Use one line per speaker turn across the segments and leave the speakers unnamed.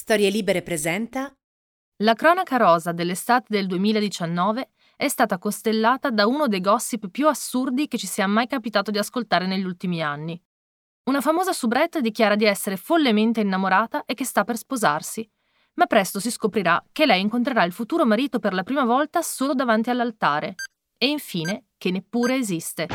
Storie Libere presenta
La cronaca rosa dell'estate del 2019 è stata costellata da uno dei gossip più assurdi che ci sia mai capitato di ascoltare negli ultimi anni. Una famosa soubrette dichiara di essere follemente innamorata e che sta per sposarsi, ma presto si scoprirà che lei incontrerà il futuro marito per la prima volta solo davanti all'altare. E infine che neppure esiste.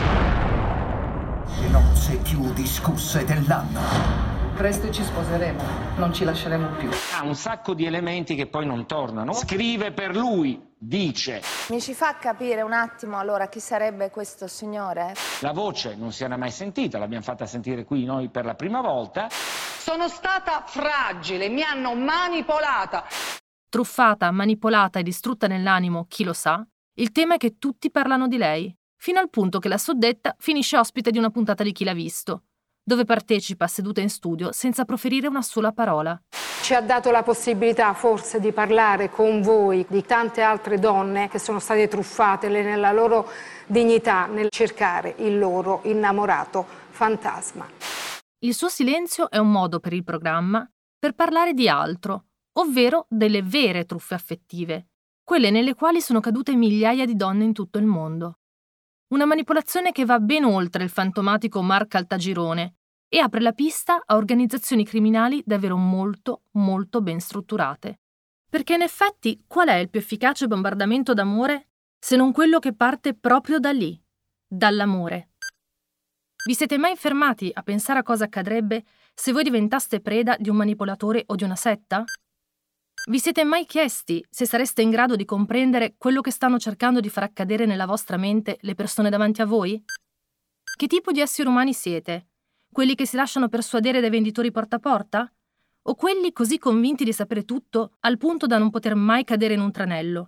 Le nozze più discusse dell'anno.
Presto ci sposeremo, non ci lasceremo più.
Ha un sacco di elementi che poi non tornano. Scrive per lui, dice.
Mi ci fa capire un attimo allora chi sarebbe questo signore?
La voce non si era mai sentita, l'abbiamo fatta sentire qui noi per la prima volta.
Sono stata fragile, mi hanno manipolata.
Truffata, manipolata e distrutta nell'animo, chi lo sa, il tema è che tutti parlano di lei, fino al punto che la suddetta finisce ospite di una puntata di Chi l'ha visto, dove partecipa seduta in studio senza proferire una sola parola.
Ci ha dato la possibilità forse di parlare con voi di tante altre donne che sono state truffate nella loro dignità nel cercare il loro innamorato fantasma.
Il suo silenzio è un modo per il programma per parlare di altro, ovvero delle vere truffe affettive, quelle nelle quali sono cadute migliaia di donne in tutto il mondo. Una manipolazione che va ben oltre il fantomatico Mar Caltagirone e apre la pista a organizzazioni criminali davvero molto, molto ben strutturate. Perché in effetti qual è il più efficace bombardamento d'amore se non quello che parte proprio da lì, dall'amore? Vi siete mai fermati a pensare a cosa accadrebbe se voi diventaste preda di un manipolatore o di una setta? Vi siete mai chiesti se sareste in grado di comprendere quello che stanno cercando di far accadere nella vostra mente le persone davanti a voi? Che tipo di esseri umani siete? Quelli che si lasciano persuadere dai venditori porta a porta? O quelli così convinti di sapere tutto al punto da non poter mai cadere in un tranello?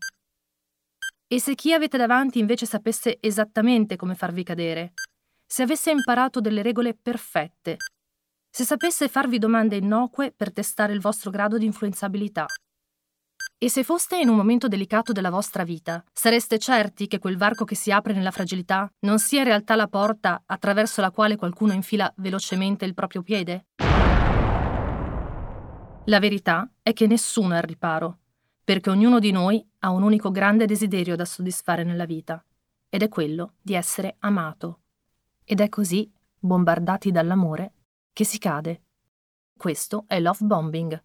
E se chi avete davanti invece sapesse esattamente come farvi cadere? Se avesse imparato delle regole perfette? Se sapesse farvi domande innocue per testare il vostro grado di influenzabilità? E se foste in un momento delicato della vostra vita, sareste certi che quel varco che si apre nella fragilità non sia in realtà la porta attraverso la quale qualcuno infila velocemente il proprio piede? La verità è che nessuno è al riparo, perché ognuno di noi ha un unico grande desiderio da soddisfare nella vita, ed è quello di essere amato. Ed è così, bombardati dall'amore, che si cade. Questo è Love Bombing.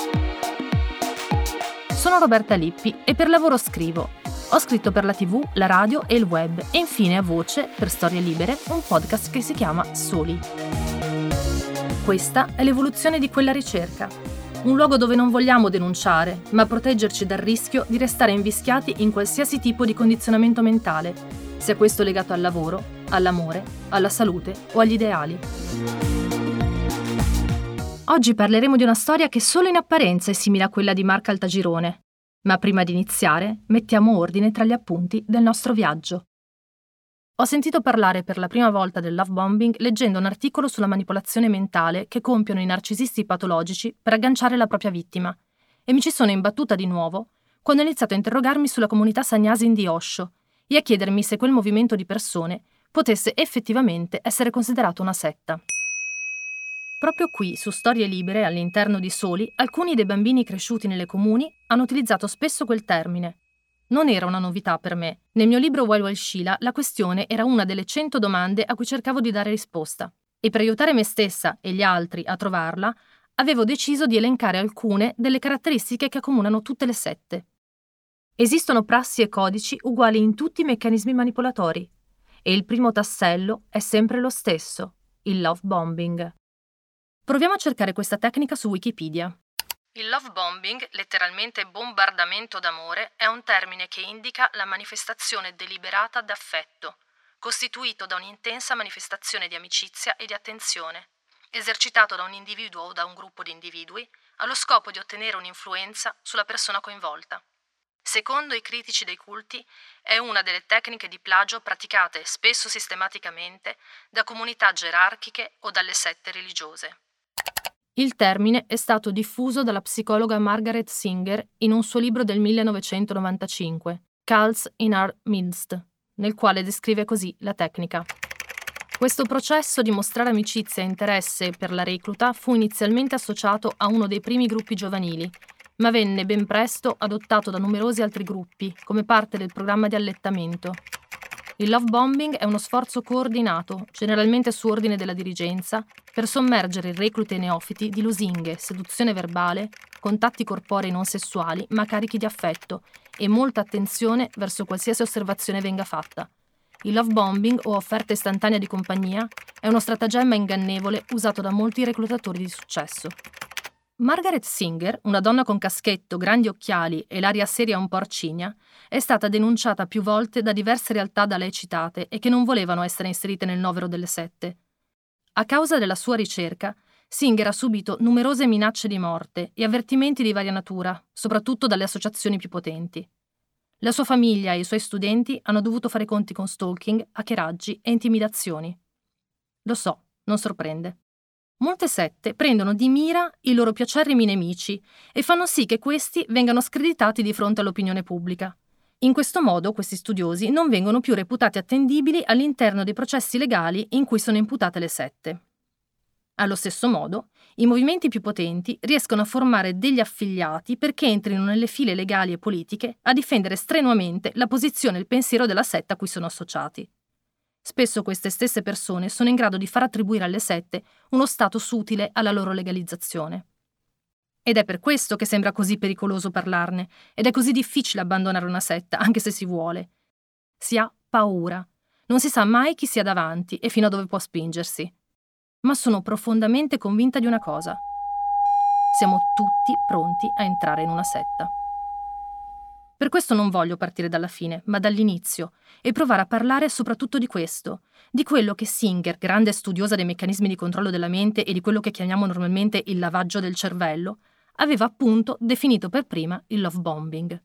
Sono Roberta Lippi e per lavoro scrivo. Ho scritto per la TV, la radio e il web e infine a voce, per Storie Libere, un podcast che si chiama Soli. Questa è l'evoluzione di quella ricerca. Un luogo dove non vogliamo denunciare, ma proteggerci dal rischio di restare invischiati in qualsiasi tipo di condizionamento mentale, sia questo legato al lavoro, all'amore, alla salute o agli ideali. Oggi parleremo di una storia che solo in apparenza è simile a quella di Mar Caltagirone, ma prima di iniziare mettiamo ordine tra gli appunti del nostro viaggio. Ho sentito parlare per la prima volta del love bombing leggendo un articolo sulla manipolazione mentale che compiono i narcisisti patologici per agganciare la propria vittima e mi ci sono imbattuta di nuovo quando ho iniziato a interrogarmi sulla comunità Sannyasin di Osho e a chiedermi se quel movimento di persone potesse effettivamente essere considerato una setta. Proprio qui, su Storie Libere, all'interno di Soli, alcuni dei bambini cresciuti nelle comuni hanno utilizzato spesso quel termine. Non era una novità per me. Nel mio libro Wild Wild Sheila la questione era una delle 100 domande a cui cercavo di dare risposta. E per aiutare me stessa e gli altri a trovarla, avevo deciso di elencare alcune delle caratteristiche che accomunano tutte le sette. Esistono prassi e codici uguali in tutti i meccanismi manipolatori. E il primo tassello è sempre lo stesso, il love bombing. Proviamo a cercare questa tecnica su Wikipedia. Il love bombing, letteralmente bombardamento d'amore, è un termine che indica la manifestazione deliberata d'affetto, costituito da un'intensa manifestazione di amicizia e di attenzione, esercitato da un individuo o da un gruppo di individui, allo scopo di ottenere un'influenza sulla persona coinvolta. Secondo i critici dei culti, è una delle tecniche di plagio praticate spesso sistematicamente da comunità gerarchiche o dalle sette religiose. Il termine è stato diffuso dalla psicologa Margaret Singer in un suo libro del 1995, Cults in Our Midst, nel quale descrive così la tecnica. Questo processo di mostrare amicizia e interesse per la recluta fu inizialmente associato a uno dei primi gruppi giovanili, ma venne ben presto adottato da numerosi altri gruppi come parte del programma di allettamento. Il love bombing è uno sforzo coordinato, generalmente su ordine della dirigenza, per sommergere il reclute neofiti di lusinghe, seduzione verbale, contatti corporei non sessuali ma carichi di affetto e molta attenzione verso qualsiasi osservazione venga fatta. Il love bombing, o offerta istantanea di compagnia, è uno stratagemma ingannevole usato da molti reclutatori di successo. Margaret Singer, una donna con caschetto, grandi occhiali e l'aria seria un po' arcigna, è stata denunciata più volte da diverse realtà da lei citate e che non volevano essere inserite nel novero delle sette. A causa della sua ricerca, Singer ha subito numerose minacce di morte e avvertimenti di varia natura, soprattutto dalle associazioni più potenti. La sua famiglia e i suoi studenti hanno dovuto fare conti con stalking, hackeraggi e intimidazioni. Lo so, non sorprende. Molte sette prendono di mira i loro più acerrimi nemici e fanno sì che questi vengano screditati di fronte all'opinione pubblica. In questo modo questi studiosi non vengono più reputati attendibili all'interno dei processi legali in cui sono imputate le sette. Allo stesso modo, i movimenti più potenti riescono a formare degli affiliati perché entrino nelle file legali e politiche a difendere strenuamente la posizione e il pensiero della setta a cui sono associati. Spesso queste stesse persone sono in grado di far attribuire alle sette uno status utile alla loro legalizzazione. Ed è per questo che sembra così pericoloso parlarne ed è così difficile abbandonare una setta, anche se si vuole. Si ha paura. Non si sa mai chi sia davanti e fino a dove può spingersi. Ma sono profondamente convinta di una cosa. Siamo tutti pronti a entrare in una setta. Per questo non voglio partire dalla fine, ma dall'inizio, e provare a parlare soprattutto di questo, di quello che Singer, grande studiosa dei meccanismi di controllo della mente e di quello che chiamiamo normalmente il lavaggio del cervello, aveva appunto definito per prima il love bombing.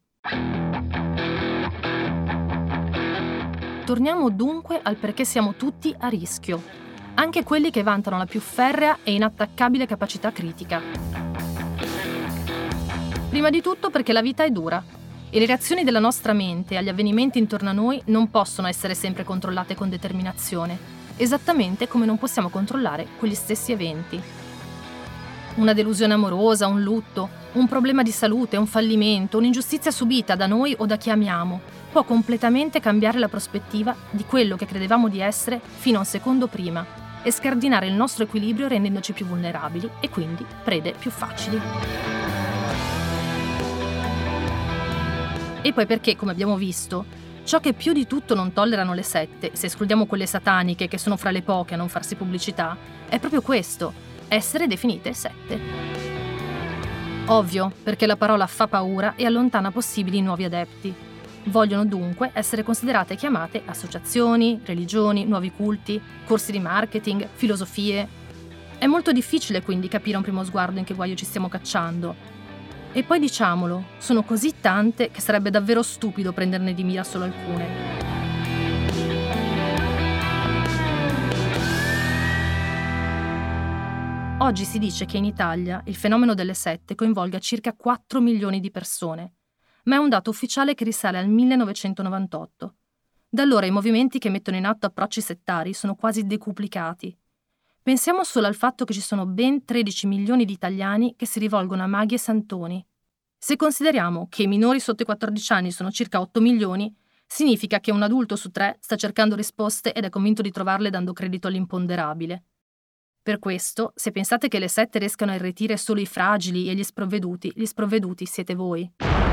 Torniamo dunque al perché siamo tutti a rischio, anche quelli che vantano la più ferrea e inattaccabile capacità critica. Prima di tutto perché la vita è dura e le reazioni della nostra mente agli avvenimenti intorno a noi non possono essere sempre controllate con determinazione, esattamente come non possiamo controllare quegli stessi eventi. Una delusione amorosa, un lutto, un problema di salute, un fallimento, un'ingiustizia subita da noi o da chi amiamo può completamente cambiare la prospettiva di quello che credevamo di essere fino a un secondo prima e scardinare il nostro equilibrio rendendoci più vulnerabili e quindi prede più facili. E poi perché, come abbiamo visto, ciò che più di tutto non tollerano le sette, se escludiamo quelle sataniche che sono fra le poche a non farsi pubblicità, è proprio questo, essere definite sette. Ovvio, perché la parola fa paura e allontana possibili nuovi adepti. Vogliono dunque essere considerate e chiamate associazioni, religioni, nuovi culti, corsi di marketing, filosofie. È molto difficile quindi capire a un primo sguardo in che guaio ci stiamo cacciando. E poi diciamolo, sono così tante che sarebbe davvero stupido prenderne di mira solo alcune. Oggi si dice che in Italia il fenomeno delle sette coinvolga circa 4 milioni di persone, ma è un dato ufficiale che risale al 1998. Da allora i movimenti che mettono in atto approcci settari sono quasi decuplicati. Pensiamo solo al fatto che ci sono ben 13 milioni di italiani che si rivolgono a maghi e santoni. Se consideriamo che i minori sotto i 14 anni sono circa 8 milioni, significa che un adulto su 3 sta cercando risposte ed è convinto di trovarle dando credito all'imponderabile. Per questo, se pensate che le sette riescano a irretire solo i fragili e gli sprovveduti siete voi.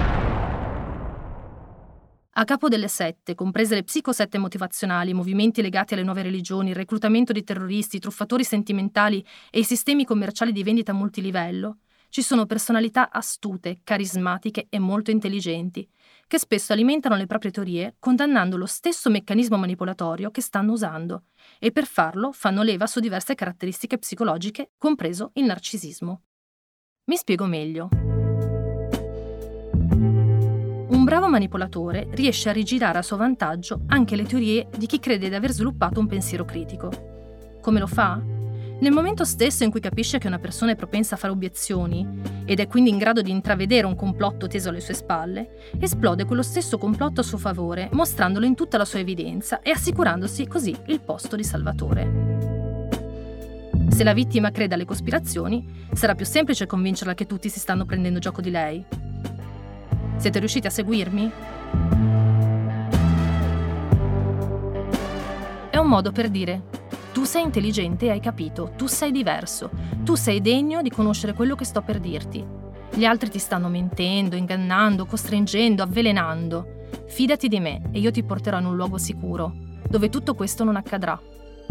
A capo delle sette, comprese le psicosette motivazionali, movimenti legati alle nuove religioni, il reclutamento di terroristi, truffatori sentimentali e i sistemi commerciali di vendita multilivello, ci sono personalità astute, carismatiche e molto intelligenti, che spesso alimentano le proprie teorie condannando lo stesso meccanismo manipolatorio che stanno usando, e per farlo fanno leva su diverse caratteristiche psicologiche, compreso il narcisismo. Mi spiego meglio. Un bravo manipolatore riesce a rigirare a suo vantaggio anche le teorie di chi crede di aver sviluppato un pensiero critico. Come lo fa? Nel momento stesso in cui capisce che una persona è propensa a fare obiezioni ed è quindi in grado di intravedere un complotto teso alle sue spalle, esplode quello stesso complotto a suo favore, mostrandolo in tutta la sua evidenza e assicurandosi così il posto di salvatore. Se la vittima crede alle cospirazioni, sarà più semplice convincerla che tutti si stanno prendendo gioco di lei. Siete riusciti a seguirmi? È un modo per dire: tu sei intelligente e hai capito, tu sei diverso, tu sei degno di conoscere quello che sto per dirti. Gli altri ti stanno mentendo, ingannando, costringendo, avvelenando. Fidati di me e io ti porterò in un luogo sicuro, dove tutto questo non accadrà.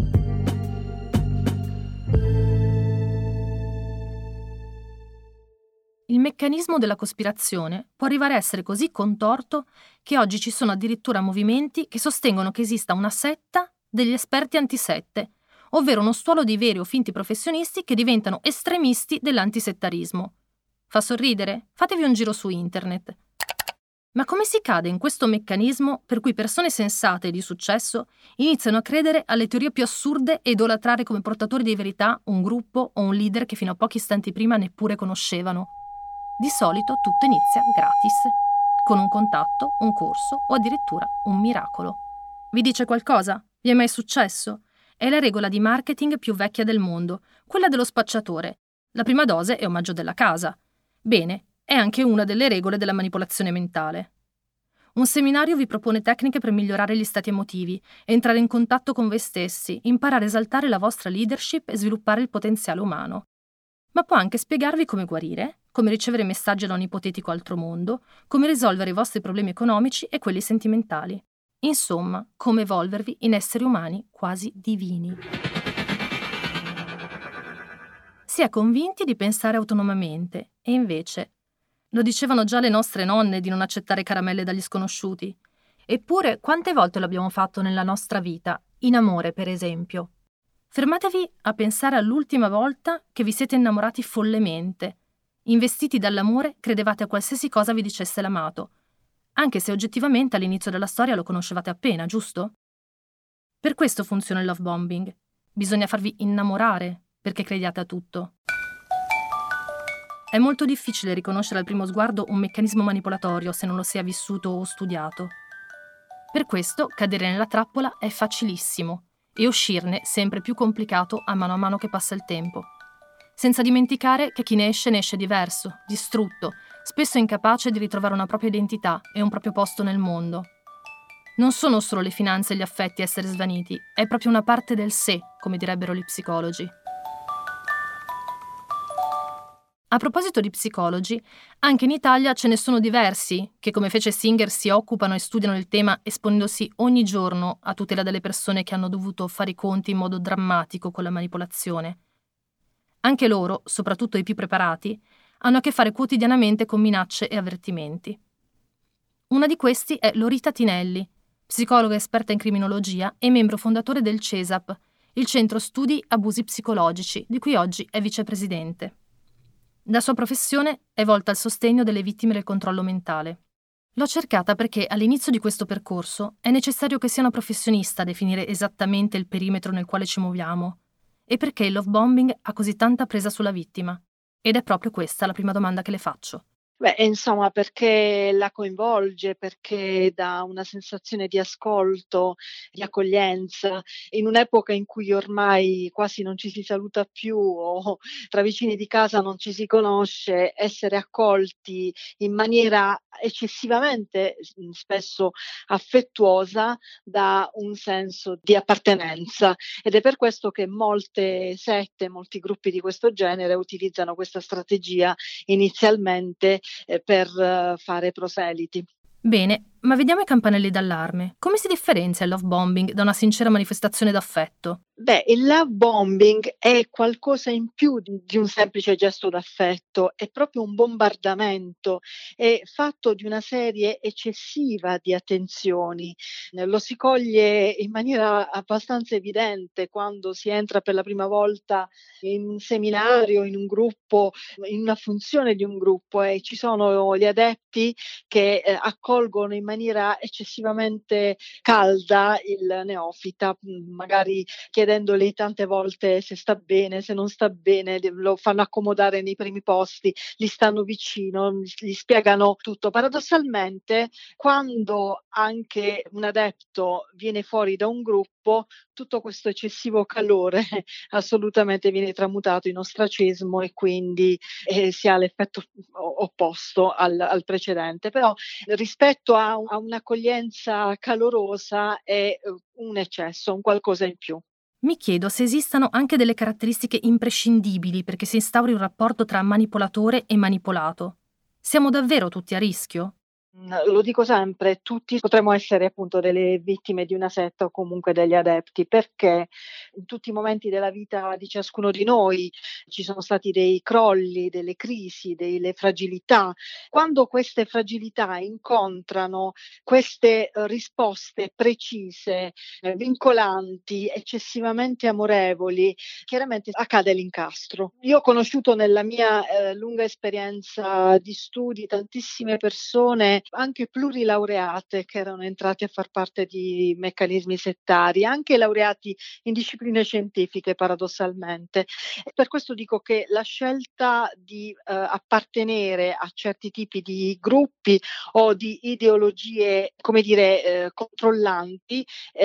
Il meccanismo della cospirazione può arrivare a essere così contorto che oggi ci sono addirittura movimenti che sostengono che esista una setta degli esperti antisette, ovvero uno stuolo di veri o finti professionisti che diventano estremisti dell'antisettarismo. Fa sorridere? Fatevi un giro su internet. Ma come si cade in questo meccanismo per cui persone sensate e di successo iniziano a credere alle teorie più assurde e idolatrare come portatori di verità un gruppo o un leader che fino a pochi istanti prima neppure conoscevano? Di solito tutto inizia gratis, con un contatto, un corso o addirittura un miracolo. Vi dice qualcosa? Vi è mai successo? È la regola di marketing più vecchia del mondo, quella dello spacciatore. La prima dose è omaggio della casa. Bene, è anche una delle regole della manipolazione mentale. Un seminario vi propone tecniche per migliorare gli stati emotivi, entrare in contatto con voi stessi, imparare a esaltare la vostra leadership e sviluppare il potenziale umano. Ma può anche spiegarvi come guarire, come ricevere messaggi da un ipotetico altro mondo, come risolvere i vostri problemi economici e quelli sentimentali. Insomma, come evolvervi in esseri umani quasi divini. Si è convinti di pensare autonomamente e invece lo dicevano già le nostre nonne di non accettare caramelle dagli sconosciuti. Eppure, quante volte l'abbiamo fatto nella nostra vita, in amore per esempio? Fermatevi a pensare all'ultima volta che vi siete innamorati follemente. Investiti dall'amore, credevate a qualsiasi cosa vi dicesse l'amato, anche se oggettivamente all'inizio della storia lo conoscevate appena, giusto? Per questo funziona il love bombing. Bisogna farvi innamorare perché crediate a tutto. È molto difficile riconoscere al primo sguardo un meccanismo manipolatorio se non lo si è vissuto o studiato. Per questo cadere nella trappola è facilissimo e uscirne sempre più complicato a mano che passa il tempo. Senza dimenticare che chi ne esce diverso, distrutto, spesso incapace di ritrovare una propria identità e un proprio posto nel mondo. Non sono solo le finanze e gli affetti a essere svaniti, è proprio una parte del sé, come direbbero gli psicologi. A proposito di psicologi, anche in Italia ce ne sono diversi che, come fece Singer, si occupano e studiano il tema esponendosi ogni giorno a tutela delle persone che hanno dovuto fare i conti in modo drammatico con la manipolazione. Anche loro, soprattutto i più preparati, hanno a che fare quotidianamente con minacce e avvertimenti. Una di questi è Lorita Tinelli, psicologa esperta in criminologia e membro fondatore del CESAP, il Centro Studi Abusi Psicologici, di cui oggi è vicepresidente. La sua professione è volta al sostegno delle vittime del controllo mentale. L'ho cercata perché all'inizio di questo percorso è necessario che sia una professionista a definire esattamente il perimetro nel quale ci muoviamo e perché il love bombing ha così tanta presa sulla vittima. Ed è proprio questa la prima domanda che le faccio.
Beh, insomma, perché la coinvolge, perché dà una sensazione di ascolto, di accoglienza, in un'epoca in cui ormai quasi non ci si saluta più o tra vicini di casa non ci si conosce, essere accolti in maniera eccessivamente spesso affettuosa dà un senso di appartenenza ed è per questo che molte sette, molti gruppi di questo genere utilizzano questa strategia inizialmente per fare proseliti.
Bene, ma vediamo i campanelli d'allarme. Come si differenzia il love bombing da una sincera manifestazione d'affetto?
Beh, il love bombing è qualcosa in più di un semplice gesto d'affetto, è proprio un bombardamento, è fatto di una serie eccessiva di attenzioni. Lo si coglie in maniera abbastanza evidente quando si entra per la prima volta in un seminario, in un gruppo, in una funzione di un gruppo e ci sono gli adepti che accolgono in maniera eccessivamente calda il neofita, magari chiedendogli tante volte se sta bene, se non sta bene, lo fanno accomodare nei primi posti, gli stanno vicino, gli spiegano tutto. Paradossalmente, quando anche un adepto viene fuori da un gruppo, tutto questo eccessivo calore assolutamente viene tramutato in ostracismo e quindi si ha l'effetto opposto al precedente. Però rispetto a un'accoglienza calorosa è un eccesso, un qualcosa in più.
Mi chiedo se esistano anche delle caratteristiche imprescindibili perché si instauri un rapporto tra manipolatore e manipolato. Siamo davvero tutti a rischio?
Lo dico sempre, tutti potremmo essere appunto delle vittime di una setta o comunque degli adepti, perché in tutti i momenti della vita di ciascuno di noi ci sono stati dei crolli, delle crisi, delle fragilità. Quando queste fragilità incontrano queste risposte precise, vincolanti, eccessivamente amorevoli, chiaramente accade l'incastro. Io ho conosciuto nella mia lunga esperienza di studi tantissime persone anche plurilaureate che erano entrati a far parte di meccanismi settari, anche laureati in discipline scientifiche paradossalmente. E per questo dico che la scelta di appartenere a certi tipi di gruppi o di ideologie, come dire, controllanti,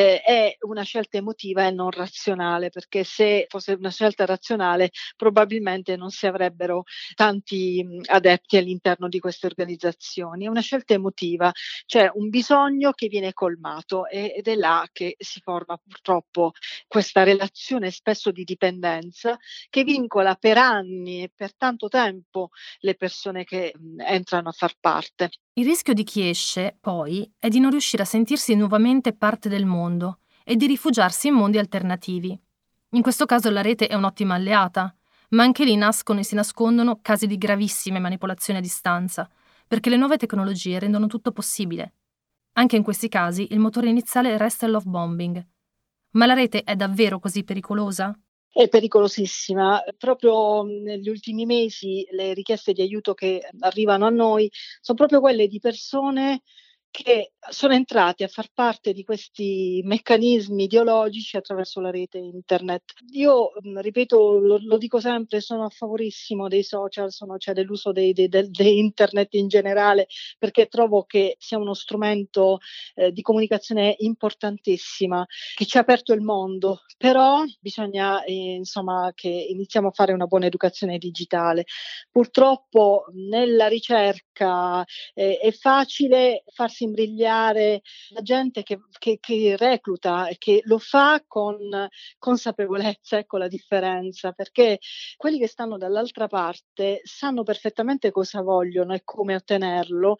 è una scelta emotiva e non razionale, perché se fosse una scelta razionale probabilmente non si avrebbero tanti adepti all'interno di queste organizzazioni. È una scelta emotiva, c'è un bisogno che viene colmato ed è là che si forma purtroppo questa relazione spesso di dipendenza che vincola per anni e per tanto tempo le persone che entrano a far parte.
Il rischio di chi esce, poi, è di non riuscire a sentirsi nuovamente parte del mondo e di rifugiarsi in mondi alternativi. In questo caso la rete è un'ottima alleata, ma anche lì nascono e si nascondono casi di gravissime manipolazioni a distanza, perché le nuove tecnologie rendono tutto possibile. Anche in questi casi il motore iniziale resta il love bombing. Ma la rete è davvero così pericolosa?
È pericolosissima. Proprio negli ultimi mesi le richieste di aiuto che arrivano a noi sono proprio quelle di persone che sono entrati a far parte di questi meccanismi ideologici attraverso la rete internet. Io, ripeto, lo dico sempre, sono a favorissimo dei social, cioè dell'uso di internet in generale, perché trovo che sia uno strumento di comunicazione importantissima, che ci ha aperto il mondo, però bisogna insomma che iniziamo a fare una buona educazione digitale. Purtroppo nella ricerca è facile farsi imbrigliare la gente che recluta e che lo fa con consapevolezza, ecco la differenza, perché quelli che stanno dall'altra parte sanno perfettamente cosa vogliono e come ottenerlo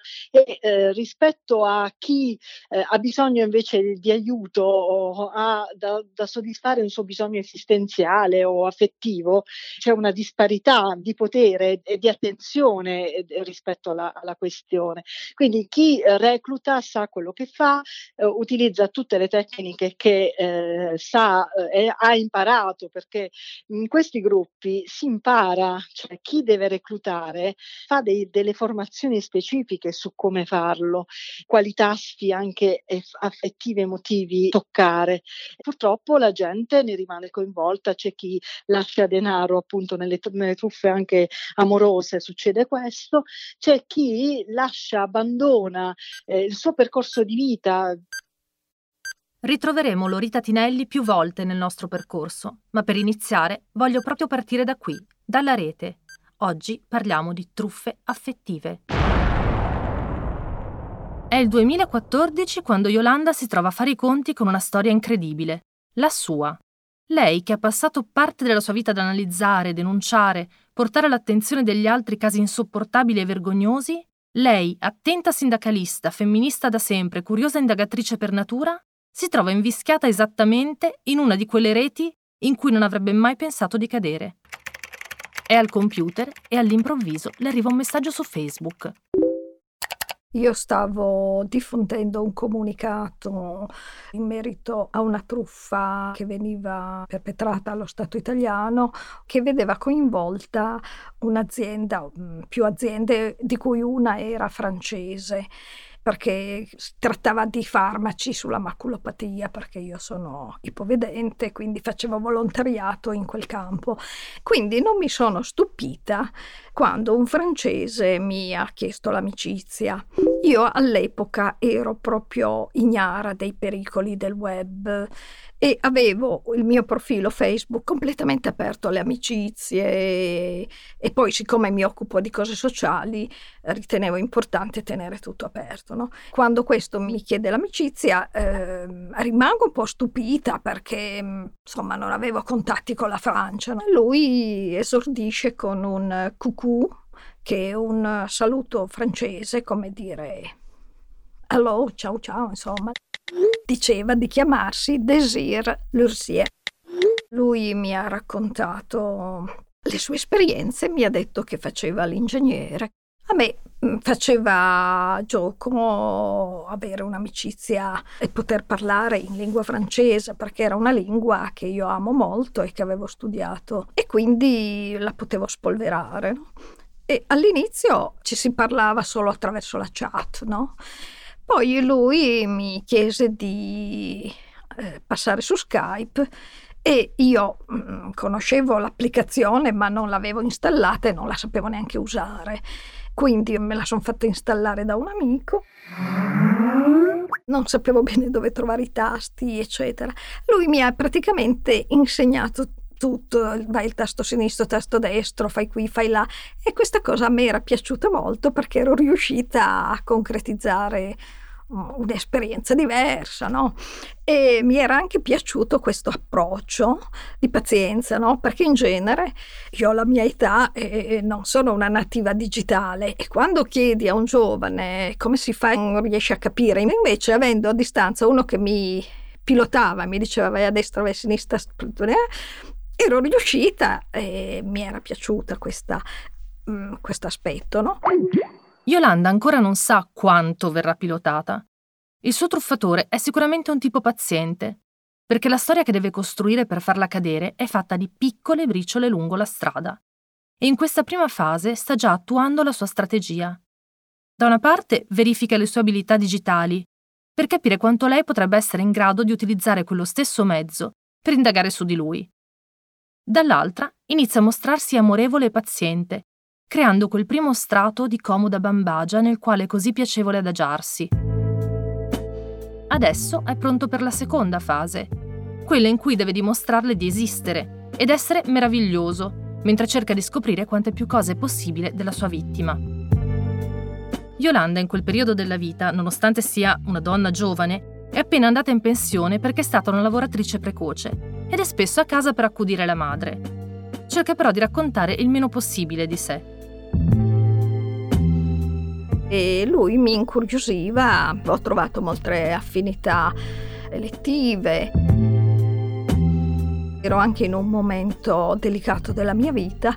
e rispetto a chi ha bisogno invece di aiuto o ha da soddisfare un suo bisogno esistenziale o affettivo, c'è una disparità di potere e di attenzione rispetto alla questione. Quindi chi recluta sa quello che fa, utilizza tutte le tecniche che sa e ha imparato, perché in questi gruppi si impara, cioè chi deve reclutare fa delle formazioni specifiche su come farlo, quali tasti anche affettivi, emotivi toccare. Purtroppo la gente ne rimane coinvolta, c'è chi lascia denaro appunto nelle truffe anche amorose, succede questo, c'è chi abbandona il suo percorso di vita.
Ritroveremo Lorita Tinelli più volte nel nostro percorso, ma per iniziare voglio proprio partire da qui, dalla rete. Oggi parliamo di truffe affettive. È il 2014 quando Yolanda si trova a fare i conti con una storia incredibile, la sua. Lei, che ha passato parte della sua vita ad analizzare, denunciare, portare all'attenzione degli altri casi insopportabili e vergognosi, lei, attenta sindacalista, femminista da sempre, curiosa indagatrice per natura, si trova invischiata esattamente in una di quelle reti in cui non avrebbe mai pensato di cadere. È al computer e all'improvviso le arriva un messaggio su Facebook.
Io stavo diffondendo un comunicato in merito a una truffa che veniva perpetrata allo Stato italiano, che vedeva coinvolta un'azienda, più aziende, di cui una era francese. perché si trattava di farmaci sulla maculopatia, perché io sono ipovedente, quindi facevo volontariato in quel campo. Quindi non mi sono stupita quando un francese mi ha chiesto l'amicizia. Io all'epoca ero proprio ignara dei pericoli del web e avevo il mio profilo Facebook completamente aperto alle amicizie e poi, siccome mi occupo di cose sociali, ritenevo importante tenere tutto aperto, no? Quando questo mi chiede l'amicizia rimango un po' stupita perché insomma non avevo contatti con la Francia, no? Lui esordisce con un coucou, che è un saluto francese, come dire hello, ciao ciao, insomma. Diceva di chiamarsi Désir Lursier. Lui mi ha raccontato le sue esperienze, mi ha detto che faceva l'ingegnere. A me faceva gioco avere un'amicizia e poter parlare in lingua francese, perché era una lingua che io amo molto e che avevo studiato, e quindi la potevo spolverare, no? E all'inizio ci si parlava solo attraverso la chat, no? Poi lui mi chiese di passare su Skype e io conoscevo l'applicazione ma non l'avevo installata e non la sapevo neanche usare. Quindi me la sono fatta installare da un amico. Non sapevo bene dove trovare i tasti, eccetera. Lui mi ha praticamente insegnato tutto, vai il tasto sinistro, tasto destro, fai qui, fai là, e questa cosa a me era piaciuta molto perché ero riuscita a concretizzare un'esperienza diversa, no? E mi era anche piaciuto questo approccio di pazienza, no? Perché in genere io ho la mia età e non sono una nativa digitale, e quando chiedi a un giovane come si fa non riesce a capire. Invece, avendo a distanza uno che mi pilotava, mi diceva vai a destra, vai a sinistra, ero riuscita e mi era piaciuta questo aspetto, no?
Yolanda ancora non sa quanto verrà pilotata. Il suo truffatore è sicuramente un tipo paziente, perché la storia che deve costruire per farla cadere è fatta di piccole briciole lungo la strada. E in questa prima fase sta già attuando la sua strategia. Da una parte verifica le sue abilità digitali, per capire quanto lei potrebbe essere in grado di utilizzare quello stesso mezzo per indagare su di lui. Dall'altra inizia a mostrarsi amorevole e paziente, creando quel primo strato di comoda bambagia nel quale è così piacevole adagiarsi. Adesso è pronto per la seconda fase, quella in cui deve dimostrarle di esistere ed essere meraviglioso, mentre cerca di scoprire quante più cose è possibile della sua vittima. Yolanda in quel periodo della vita, nonostante sia una donna giovane, è appena andata in pensione perché è stata una lavoratrice precoce ed è spesso a casa per accudire la madre. Cerca però di raccontare il meno possibile di sé.
E lui mi incuriosiva, ho trovato molte affinità elettive. Ero anche in un momento delicato della mia vita.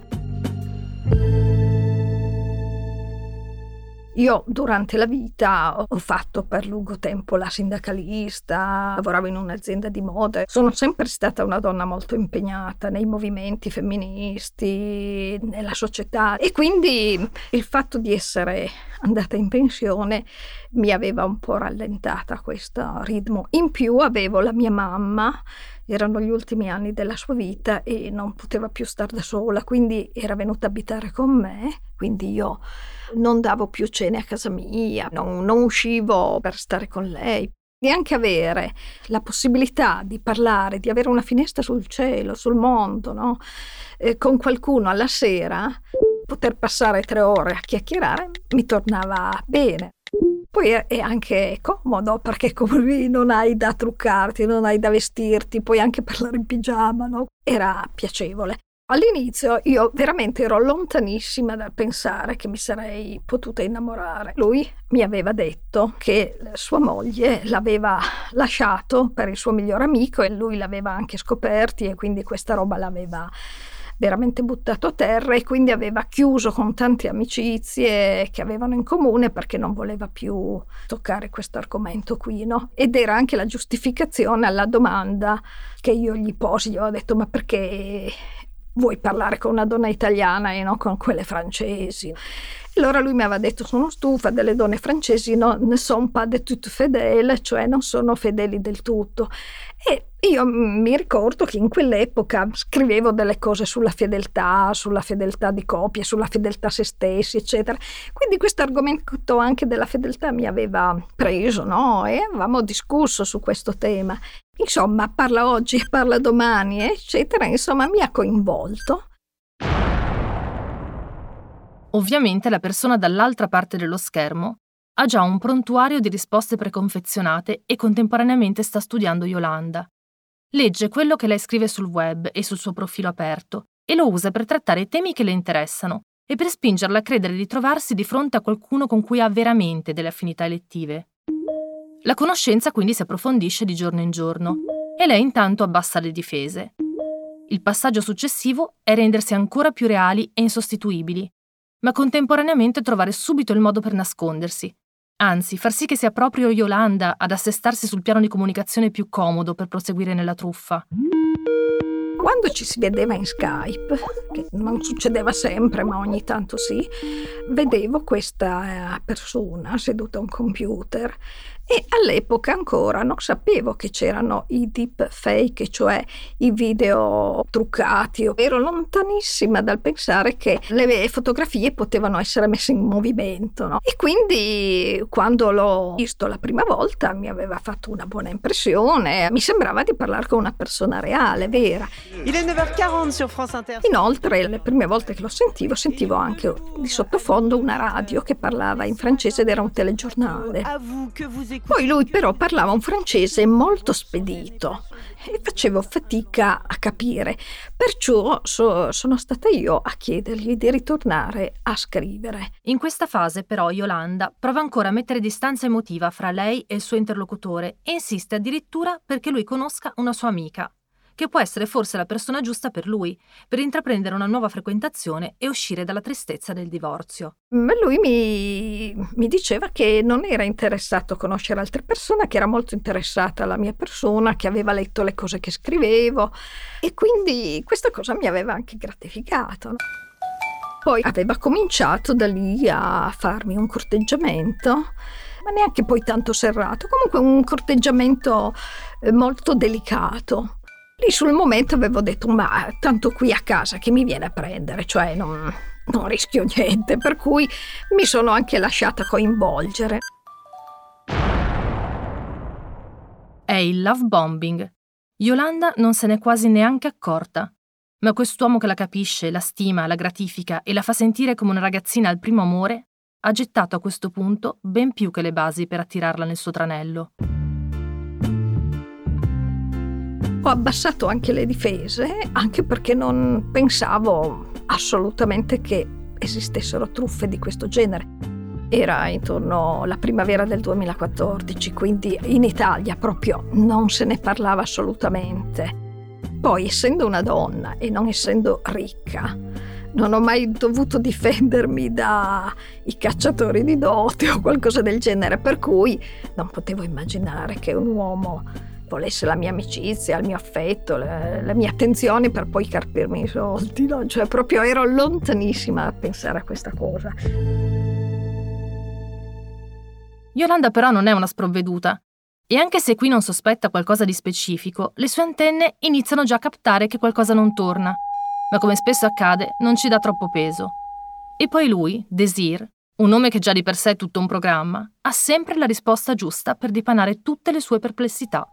Io durante la vita ho fatto per lungo tempo la sindacalista, lavoravo in un'azienda di moda. Sono sempre stata una donna molto impegnata nei movimenti femministi, nella società, e quindi il fatto di essere andata in pensione mi aveva un po' rallentata questo ritmo. In più avevo la mia mamma, erano gli ultimi anni della sua vita e non poteva più stare da sola, quindi era venuta a abitare con me, quindi io non davo più cene a casa mia, non uscivo per stare con lei. E anche avere la possibilità di parlare, di avere una finestra sul cielo, sul mondo, no? Con qualcuno alla sera, poter passare 3 ore a chiacchierare mi tornava bene. Poi è anche comodo perché così non hai da truccarti, non hai da vestirti, puoi anche parlare in pigiama, no? Era piacevole. All'inizio io veramente ero lontanissima dal pensare che mi sarei potuta innamorare. Lui mi aveva detto che sua moglie l'aveva lasciato per il suo migliore amico e lui l'aveva anche scoperti, e quindi questa roba l'aveva veramente buttato a terra, e quindi aveva chiuso con tante amicizie che avevano in comune perché non voleva più toccare questo argomento qui, no? Ed era anche la giustificazione alla domanda che io gli posi. Gli ho detto: ma perché vuoi parlare con una donna italiana e non con quelle francesi. Allora lui mi aveva detto: sono stufa delle donne francesi, ne sont pas de toutes fidèles, cioè non sono fedeli del tutto. E io mi ricordo che in quell'epoca scrivevo delle cose sulla fedeltà di coppia, sulla fedeltà a se stessi, eccetera. Quindi questo argomento anche della fedeltà mi aveva preso, no? E avevamo discusso su questo tema. Insomma, parla oggi, parla domani, eccetera. Insomma, mi ha coinvolto.
Ovviamente la persona dall'altra parte dello schermo ha già un prontuario di risposte preconfezionate e contemporaneamente sta studiando Yolanda. Legge quello che lei scrive sul web e sul suo profilo aperto e lo usa per trattare i temi che le interessano e per spingerla a credere di trovarsi di fronte a qualcuno con cui ha veramente delle affinità elettive. La conoscenza quindi si approfondisce di giorno in giorno e lei intanto abbassa le difese. Il passaggio successivo è rendersi ancora più reali e insostituibili, ma contemporaneamente trovare subito il modo per nascondersi. Anzi, far sì che sia proprio Yolanda ad assestarsi sul piano di comunicazione più comodo per proseguire nella truffa.
Quando ci si vedeva in Skype, che non succedeva sempre, ma ogni tanto sì, vedevo questa persona seduta a un computer e all'epoca ancora non sapevo che c'erano i deepfake, cioè i video truccati. Ero lontanissima dal pensare che le fotografie potevano essere messe in movimento, no? E quindi quando l'ho visto la prima volta mi aveva fatto una buona impressione, mi sembrava di parlare con una persona reale, vera.
Il est 9h40 sur France Inter.
Inoltre, le prime volte che lo sentivo anche di sottofondo una radio che parlava in francese ed era un telegiornale. Poi lui però parlava un francese molto spedito e facevo fatica a capire, perciò sono stata io a chiedergli di ritornare a scrivere.
In questa fase però Yolanda prova ancora a mettere distanza emotiva fra lei e il suo interlocutore e insiste addirittura perché lui conosca una sua amica, che può essere forse la persona giusta per lui, per intraprendere una nuova frequentazione e uscire dalla tristezza del divorzio.
Ma lui mi diceva che non era interessato a conoscere altre persone, che era molto interessata alla mia persona, che aveva letto le cose che scrivevo e quindi questa cosa mi aveva anche gratificato, no? Poi aveva cominciato da lì a farmi un corteggiamento, ma neanche poi tanto serrato, comunque un corteggiamento molto delicato. Lì sul momento avevo detto: ma tanto qui a casa che mi viene a prendere, cioè non rischio niente, per cui mi sono anche lasciata coinvolgere.
È il love bombing. Yolanda non se n'è quasi neanche accorta, ma quest'uomo che la capisce, la stima, la gratifica e la fa sentire come una ragazzina al primo amore ha gettato a questo punto ben più che le basi per attirarla nel suo tranello.
Ho abbassato anche le difese, anche perché non pensavo assolutamente che esistessero truffe di questo genere. Era intorno alla primavera del 2014, quindi in Italia proprio non se ne parlava assolutamente. Poi, essendo una donna e non essendo ricca, non ho mai dovuto difendermi dai cacciatori di dote o qualcosa del genere, per cui non potevo immaginare che un uomo volesse la mia amicizia, il mio affetto, le mie attenzioni per poi carpirmi i soldi, no? Cioè proprio ero lontanissima a pensare a questa cosa.
Yolanda però non è una sprovveduta e anche se qui non sospetta qualcosa di specifico, le sue antenne iniziano già a captare che qualcosa non torna, ma come spesso accade non ci dà troppo peso. E poi lui, Désir, un nome che già di per sé è tutto un programma, ha sempre la risposta giusta per dipanare tutte le sue perplessità.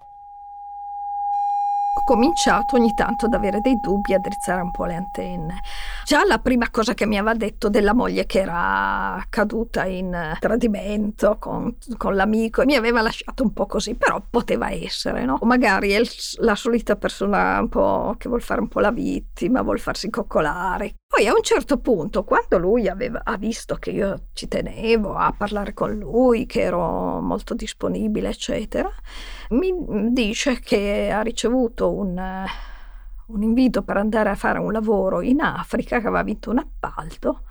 Ho cominciato ogni tanto ad avere dei dubbi, a drizzare un po' le antenne. Già la prima cosa che mi aveva detto della moglie che era caduta in tradimento con l'amico mi aveva lasciato un po' così, però poteva essere, no? Magari è la solita persona un po' che vuol fare un po' la vittima, vuol farsi coccolare. Poi a un certo punto, quando lui ha visto che io ci tenevo a parlare con lui, che ero molto disponibile, eccetera, mi dice che ha ricevuto un invito per andare a fare un lavoro in Africa, che aveva vinto un appalto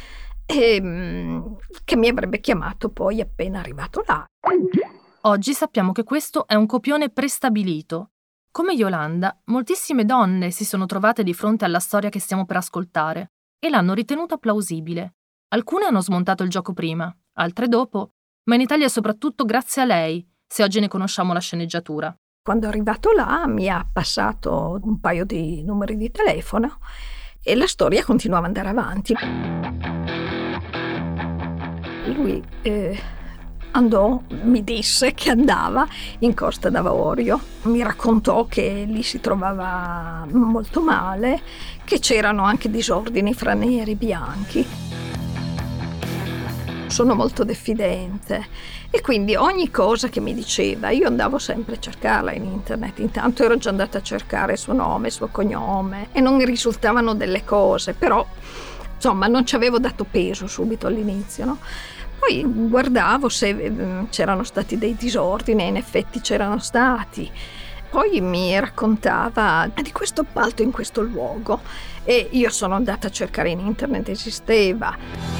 e che mi avrebbe chiamato poi appena arrivato là.
Oggi sappiamo che questo è un copione prestabilito, Come Yolanda, moltissime donne si sono trovate di fronte alla storia che stiamo per ascoltare e l'hanno ritenuta plausibile. Alcune hanno smontato il gioco prima, altre dopo, ma in Italia è soprattutto grazie a lei se oggi ne conosciamo la sceneggiatura.
Quando è arrivato là mi ha passato un paio di numeri di telefono e la storia continuava ad andare avanti. Lui andò, mi disse che andava in Costa d'Avorio, mi raccontò che lì si trovava molto male, che c'erano anche disordini fra neri e bianchi. Sono molto diffidente e quindi ogni cosa che mi diceva io andavo sempre a cercarla in internet. Intanto ero già andata a cercare il suo nome, il suo cognome e non mi risultavano delle cose, però insomma non ci avevo dato peso subito all'inizio, no? Poi guardavo se c'erano stati dei disordini e in effetti c'erano stati. Poi mi raccontava di questo appalto in questo luogo e io sono andata a cercare in internet, esisteva.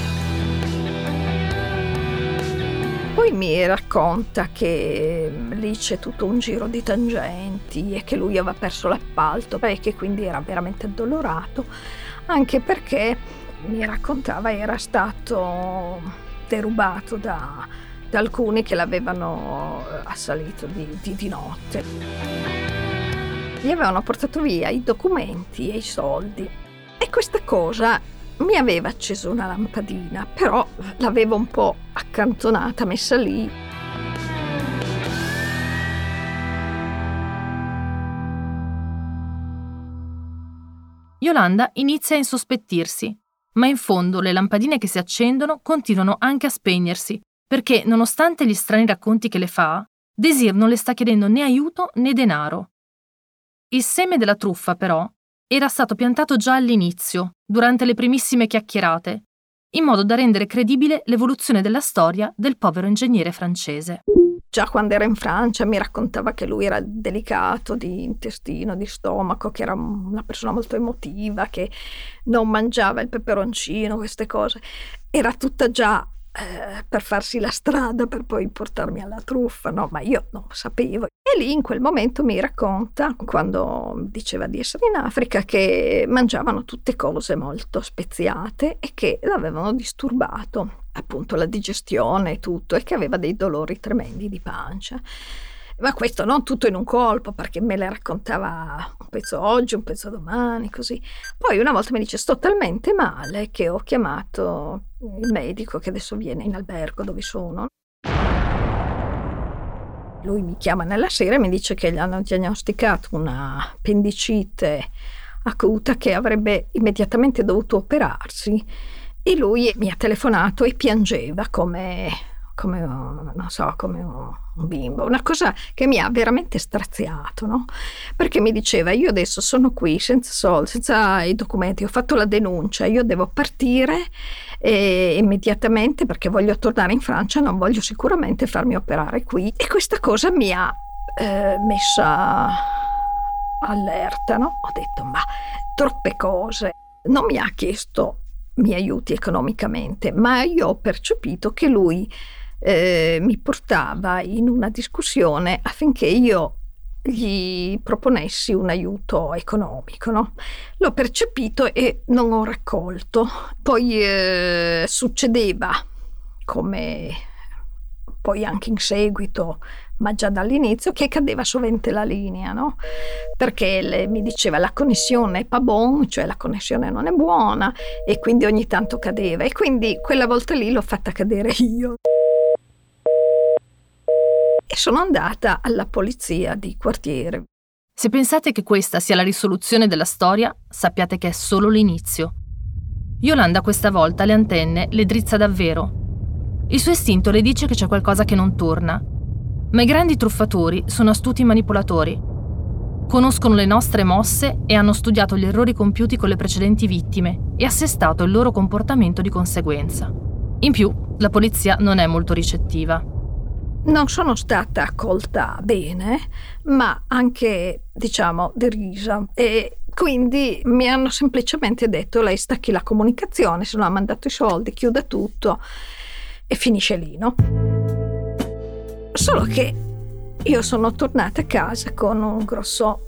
Poi mi racconta che lì c'è tutto un giro di tangenti e che lui aveva perso l'appalto e che quindi era veramente addolorato, anche perché mi raccontava era stato derubato da alcuni che l'avevano assalito di notte. Gli avevano portato via i documenti e i soldi e questa cosa mi aveva acceso una lampadina, però l'avevo un po' accantonata, messa lì.
Yolanda inizia a insospettirsi, ma in fondo le lampadine che si accendono continuano anche a spegnersi, perché, nonostante gli strani racconti che le fa, Désir non le sta chiedendo né aiuto né denaro. Il seme della truffa, però, era stato piantato già all'inizio, durante le primissime chiacchierate, in modo da rendere credibile l'evoluzione della storia del povero ingegnere francese.
Già quando era in Francia mi raccontava che lui era delicato di intestino, di stomaco, che era una persona molto emotiva, che non mangiava il peperoncino, queste cose. Era tutta già per farsi la strada per poi portarmi alla truffa, no? Ma io non sapevo. E lì in quel momento mi racconta, quando diceva di essere in Africa, che mangiavano tutte cose molto speziate e che l'avevano disturbato appunto la digestione e tutto, e che aveva dei dolori tremendi di pancia. Ma questo non tutto in un colpo, perché me le raccontava un pezzo oggi, un pezzo domani, così. Poi una volta mi dice: sto talmente male che ho chiamato il medico che adesso viene in albergo dove sono. Lui mi chiama nella sera e mi dice che gli hanno diagnosticato una appendicite acuta, che avrebbe immediatamente dovuto operarsi. E lui mi ha telefonato e piangeva come non so, come un bimbo, una cosa che mi ha veramente straziato, no? Perché mi diceva: io adesso sono qui senza soldi, senza i documenti, ho fatto la denuncia, io devo partire immediatamente perché voglio tornare in Francia, non voglio sicuramente farmi operare qui. E questa cosa mi ha messa allerta, no? Ho detto: ma troppe cose. Non mi ha chiesto mi aiuti economicamente, ma io ho percepito che lui mi portava in una discussione affinché io gli proponessi un aiuto economico, no? L'ho percepito e non ho raccolto. Poi succedeva, come poi anche in seguito, ma già dall'inizio, che cadeva sovente la linea, no? Perché mi diceva: la connessione è pas bon, cioè la connessione non è buona, e quindi ogni tanto cadeva, e quindi quella volta lì l'ho fatta cadere io. E sono andata alla polizia di quartiere.
Se pensate che questa sia la risoluzione della storia, sappiate che è solo l'inizio. Yolanda questa volta le antenne le drizza davvero. Il suo istinto le dice che c'è qualcosa che non torna. Ma i grandi truffatori sono astuti manipolatori. Conoscono le nostre mosse e hanno studiato gli errori compiuti con le precedenti vittime e assestato il loro comportamento di conseguenza. In più, la polizia non è molto ricettiva.
Non sono stata accolta bene, ma anche, diciamo, derisa. E quindi mi hanno semplicemente detto: lei stacchi la comunicazione, se non ha mandato i soldi, chiuda tutto e finisce lì, no? Solo che io sono tornata a casa con un grosso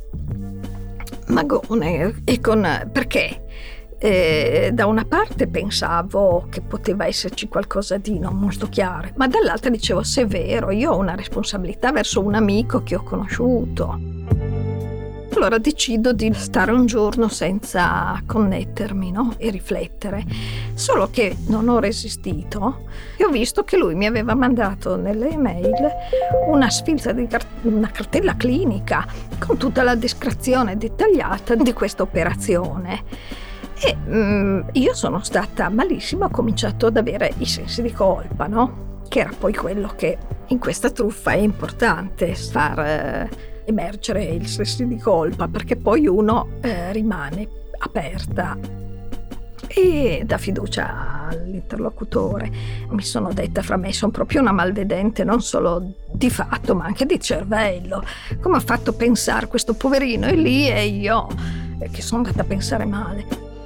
magone perché da una parte pensavo che poteva esserci qualcosa di non molto chiaro, ma dall'altra dicevo, se è vero, io ho una responsabilità verso un amico che ho conosciuto. Allora decido di stare un giorno senza connettermi, no? E riflettere. Solo che non ho resistito e ho visto che lui mi aveva mandato nelle email una sfilza di una cartella clinica con tutta la descrizione dettagliata di questa operazione. E io sono stata malissima, ho cominciato ad avere i sensi di colpa, no? Che era poi quello che in questa truffa è importante, far emergere il senso di colpa, perché poi uno rimane aperta e dà fiducia all'interlocutore. Mi sono detta fra me, sono proprio una malvedente, non solo di fatto ma anche di cervello. Come ha fatto pensare questo poverino è lì e io che sono andata a pensare male.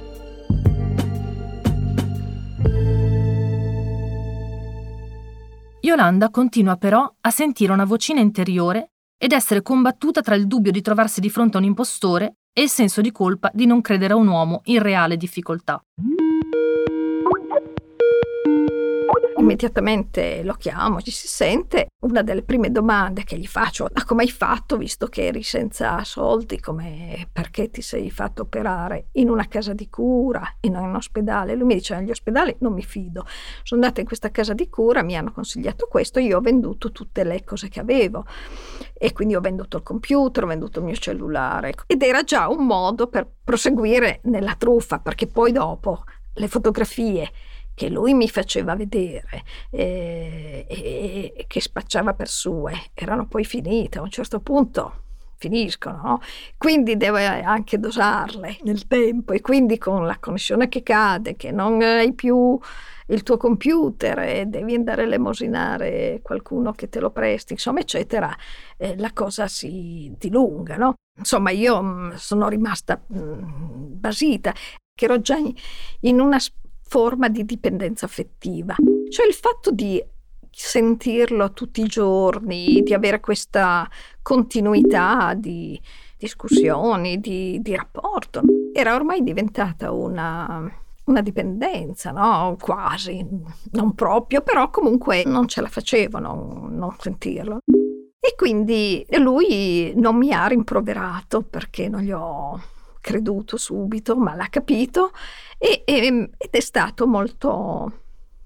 Yolanda continua però a sentire una vocina interiore ed essere combattuta tra il dubbio di trovarsi di fronte a un impostore e il senso di colpa di non credere a un uomo in reale difficoltà.
Immediatamente lo chiamo, ci si sente. Una delle prime domande che gli faccio: ma come hai fatto, visto che eri senza soldi, perché ti sei fatto operare in una casa di cura e non in un ospedale? Lui mi dice: agli ospedali non mi fido, sono andata in questa casa di cura, mi hanno consigliato questo, io ho venduto tutte le cose che avevo e quindi ho venduto il computer, ho venduto il mio cellulare, ed era già un modo per proseguire nella truffa, perché poi dopo le fotografie che lui mi faceva vedere e che spacciava per sue erano poi finite. A un certo punto finiscono, no? Quindi deve anche dosarle nel tempo, e quindi con la connessione che cade, che non hai più il tuo computer e devi andare a elemosinare qualcuno che te lo presti, insomma, eccetera, la cosa si dilunga, no? Insomma, io sono rimasta basita, che ero già in una forma di dipendenza affettiva, cioè il fatto di sentirlo tutti i giorni, di avere questa continuità di discussioni, di rapporto, era ormai diventata una dipendenza, no? Quasi, non proprio, però comunque non ce la facevo non sentirlo. E quindi lui non mi ha rimproverato perché non gli ho creduto subito, ma l'ha capito ed è stato molto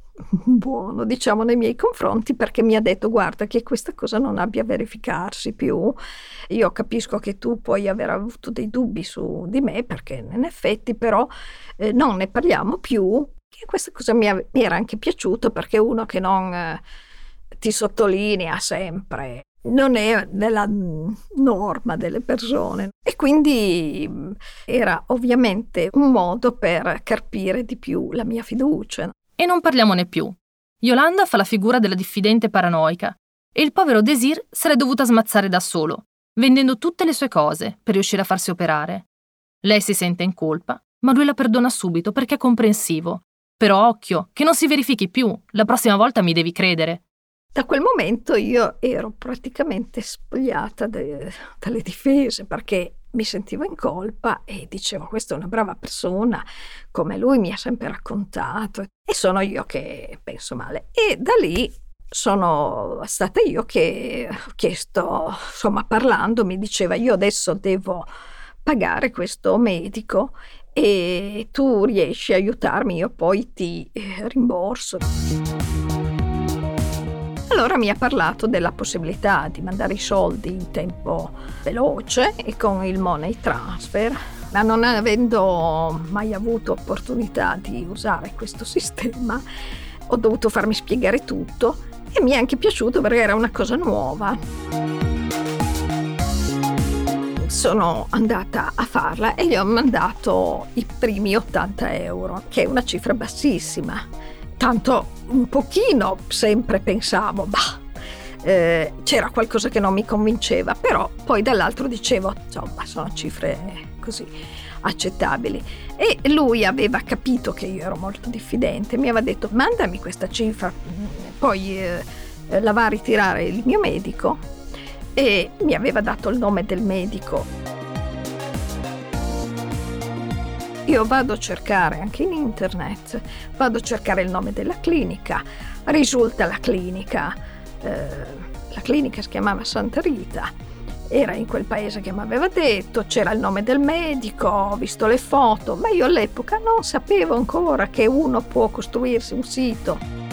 buono, diciamo, nei miei confronti, perché mi ha detto: guarda che questa cosa non abbia a verificarsi più, io capisco che tu puoi aver avuto dei dubbi su di me, perché in effetti però non ne parliamo più. E questa cosa mi era anche piaciuto, perché uno che non ti sottolinea sempre non è nella norma delle persone, e quindi era ovviamente un modo per carpire di più la mia fiducia.
E non parliamone più. Yolanda fa la figura della diffidente paranoica e il povero Désir se l'è dovuta smazzare da solo, vendendo tutte le sue cose per riuscire a farsi operare. Lei si sente in colpa, ma lui la perdona subito perché è comprensivo. Però occhio, che non si verifichi più, la prossima volta mi devi credere.
Da quel momento io ero praticamente spogliata dalle difese, perché mi sentivo in colpa e dicevo: questa è una brava persona, come lui mi ha sempre raccontato, e sono io che penso male. E da lì sono stata io che ho chiesto, insomma, parlando, mi diceva: io adesso devo pagare questo medico e tu riesci a aiutarmi, io poi ti rimborso. Allora mi ha parlato della possibilità di mandare i soldi in tempo veloce e con il money transfer, ma non avendo mai avuto opportunità di usare questo sistema, ho dovuto farmi spiegare tutto, e mi è anche piaciuto perché era una cosa nuova. Sono andata a farla e gli ho mandato i primi 80 euro, che è una cifra bassissima. Tanto un pochino sempre pensavo, c'era qualcosa che non mi convinceva, però poi dall'altro dicevo, insomma, sono cifre così accettabili. E lui aveva capito che io ero molto diffidente, mi aveva detto: mandami questa cifra, poi la va a ritirare il mio medico e mi aveva dato il nome del medico. Io vado a cercare anche in internet, vado a cercare il nome della clinica, risulta la clinica si chiamava Santa Rita, era in quel paese che mi aveva detto, c'era il nome del medico, ho visto le foto, ma io all'epoca non sapevo ancora che uno può costruirsi un sito.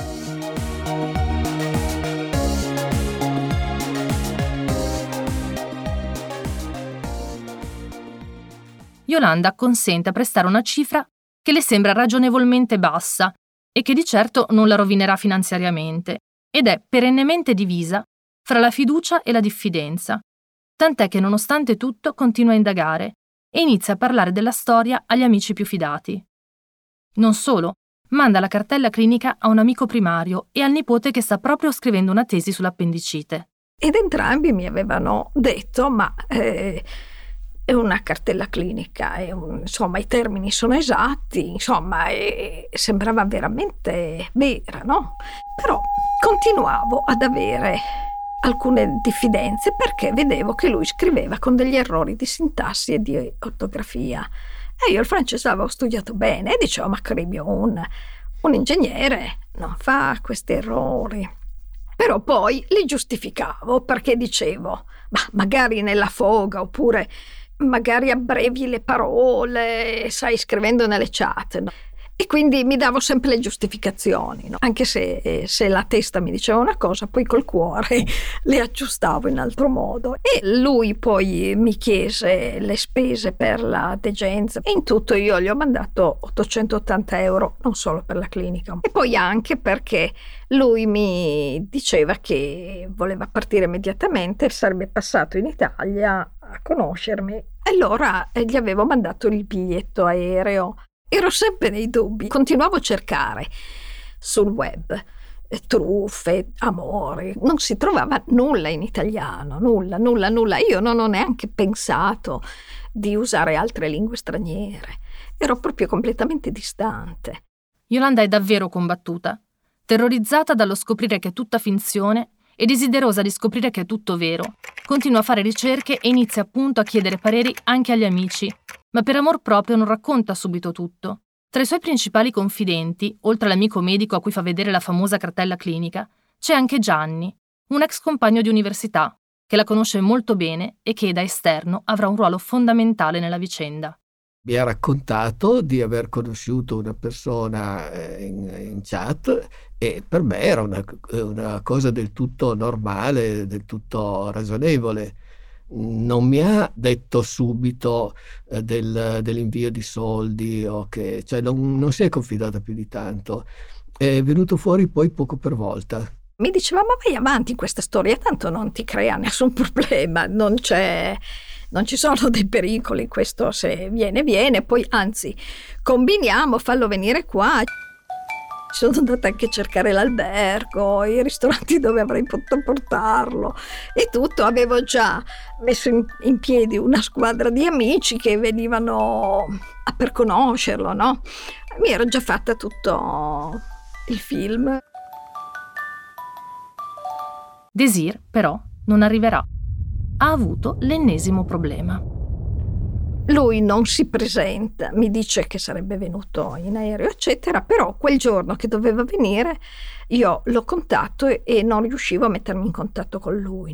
Yolanda acconsente a prestare una cifra che le sembra ragionevolmente bassa e che di certo non la rovinerà finanziariamente, ed è perennemente divisa fra la fiducia e la diffidenza, tant'è che nonostante tutto continua a indagare e inizia a parlare della storia agli amici più fidati. Non solo, manda la cartella clinica a un amico primario e al nipote che sta proprio scrivendo una tesi sull'appendicite.
Ed entrambi mi avevano detto, ma è una cartella clinica, insomma i termini sono esatti, insomma sembrava veramente vera, no? Però continuavo ad avere alcune diffidenze perché vedevo che lui scriveva con degli errori di sintassi e di ortografia. E io il francese l'avevo studiato bene e dicevo, ma credo un ingegnere non fa questi errori. Però poi li giustificavo perché dicevo, ma magari nella foga, oppure magari abbrevi le parole, sai, scrivendo nelle chat, no? E quindi mi davo sempre le giustificazioni, no? Anche se la testa mi diceva una cosa, poi col cuore le aggiustavo in altro modo. E lui poi mi chiese le spese per la degenza e in tutto io gli ho mandato 880 euro, non solo per la clinica. E poi anche perché lui mi diceva che voleva partire immediatamente, sarebbe passato in Italia a conoscermi. E allora gli avevo mandato il biglietto aereo. Ero sempre nei dubbi, continuavo a cercare sul web truffe, amore, non si trovava nulla in italiano, nulla. Io non ho neanche pensato di usare altre lingue straniere, ero proprio completamente distante.
Yolanda è davvero combattuta, terrorizzata dallo scoprire che è tutta finzione e desiderosa di scoprire che è tutto vero. Continua a fare ricerche e inizia appunto a chiedere pareri anche agli amici, ma per amor proprio non racconta subito tutto. Tra i suoi principali confidenti, oltre all'amico medico a cui fa vedere la famosa cartella clinica, c'è anche Gianni, un ex compagno di università, che la conosce molto bene e che da esterno avrà un ruolo fondamentale nella vicenda.
Mi ha raccontato di aver conosciuto una persona in chat e per me era una cosa del tutto normale, del tutto ragionevole. Non mi ha detto subito dell'invio di soldi cioè non si è confidata più di tanto. È venuto fuori poi poco per volta.
Mi diceva, ma vai avanti in questa storia, tanto non ti crea nessun problema, non ci sono dei pericoli, questo se viene, poi anzi combiniamo, fallo venire qua. Sono andata anche a cercare l'albergo, i ristoranti dove avrei potuto portarlo e tutto. Avevo già messo in piedi una squadra di amici che venivano per conoscerlo, no? Mi ero già fatta tutto il film.
Désir, però, non arriverà. Ha avuto l'ennesimo problema.
Lui non si presenta, mi dice che sarebbe venuto in aereo, eccetera, però quel giorno che doveva venire io lo contatto e non riuscivo a mettermi in contatto con lui.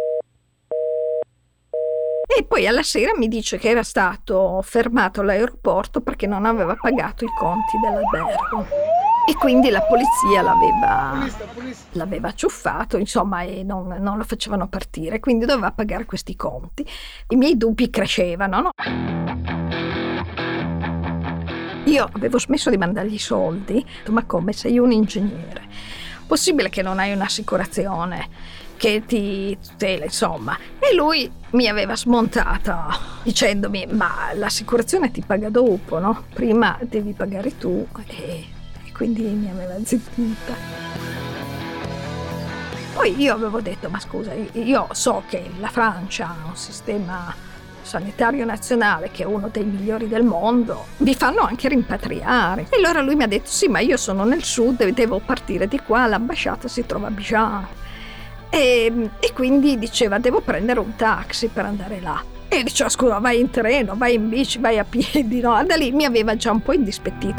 E poi alla sera mi dice che era stato fermato all'aeroporto perché non aveva pagato i conti dell'albergo. E quindi la polizia l'aveva ciuffato, insomma, e non lo facevano partire, quindi doveva pagare questi conti. I miei dubbi crescevano, no? Io avevo smesso di mandargli i soldi, ma come, sei un ingegnere? Possibile che non hai un'assicurazione che ti tutela, insomma? E lui mi aveva smontata dicendomi, ma l'assicurazione ti paga dopo, no? Prima devi pagare tu e quindi mi aveva zittita. Poi io avevo detto, ma scusa, io so che la Francia ha un sistema sanitario nazionale che è uno dei migliori del mondo, vi fanno anche rimpatriare. E allora lui mi ha detto, sì, ma io sono nel sud e devo partire di qua, l'ambasciata si trova a Abidjan. E quindi diceva: devo prendere un taxi per andare là. E diceva: scusa, vai in treno, vai in bici, vai a piedi, no? Da lì mi aveva già un po' indispettito.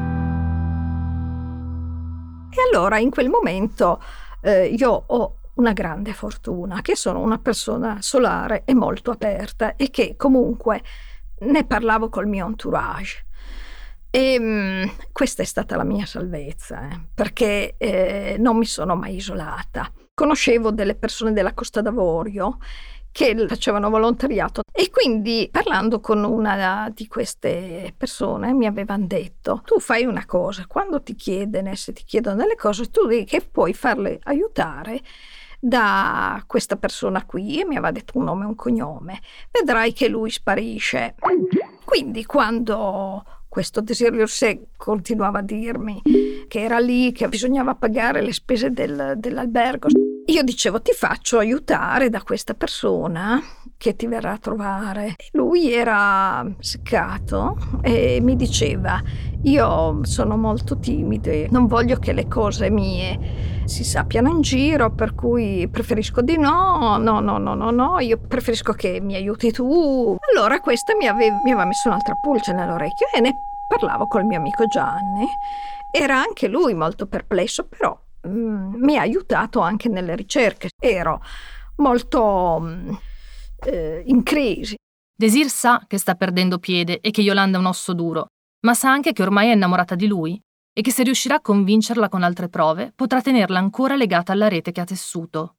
E allora in quel momento io ho una grande fortuna, che sono una persona solare e molto aperta, e che comunque ne parlavo col mio entourage. E questa è stata la mia salvezza, perché non mi sono mai isolata. Conoscevo delle persone della Costa d'Avorio che facevano volontariato, e quindi parlando con una di queste persone mi avevano detto: tu fai una cosa, quando se ti chiedono delle cose, tu devi che puoi farle aiutare da questa persona qui, e mi aveva detto un nome e un cognome, vedrai che lui sparisce. Quindi quando questo Désir Lurset continuava a dirmi che era lì, che bisognava pagare le spese dell'albergo, io dicevo: ti faccio aiutare da questa persona che ti verrà a trovare. E lui era seccato e mi diceva: io sono molto timido e non voglio che le cose mie si sappiano in giro, per cui preferisco di no, io preferisco che mi aiuti tu. Allora questa mi aveva messo un'altra pulce nell'orecchio, e ne parlavo col mio amico Gianni. Era anche lui molto perplesso, però mi ha aiutato anche nelle ricerche. Ero molto in crisi.
Désir sa che sta perdendo piede e che Yolanda è un osso duro, ma sa anche che ormai è innamorata di lui e che se riuscirà a convincerla con altre prove potrà tenerla ancora legata alla rete che ha tessuto.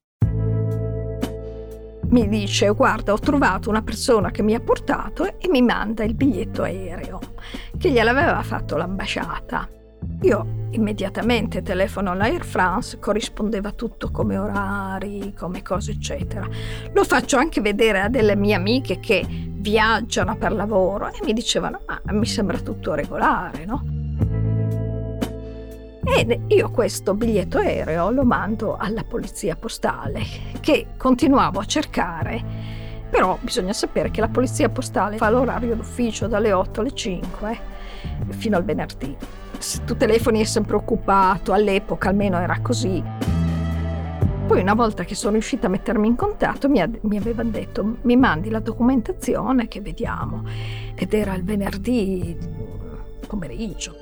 Mi dice: guarda, ho trovato una persona che mi ha portato, e mi manda il biglietto aereo che gliel'aveva fatto l'ambasciata. Io immediatamente telefono all'Air France, corrispondeva tutto come orari, come cose eccetera. Lo faccio anche vedere a delle mie amiche che viaggiano per lavoro, e mi dicevano: ma mi sembra tutto regolare, no? E io questo biglietto aereo lo mando alla polizia postale, che continuavo a cercare, però bisogna sapere che la polizia postale fa l'orario d'ufficio dalle 8 alle 5 fino al venerdì. Se tu telefoni è sempre occupato, all'epoca almeno era così. Poi una volta che sono riuscita a mettermi in contatto mi avevano detto: mi mandi la documentazione che vediamo, ed era il venerdì pomeriggio.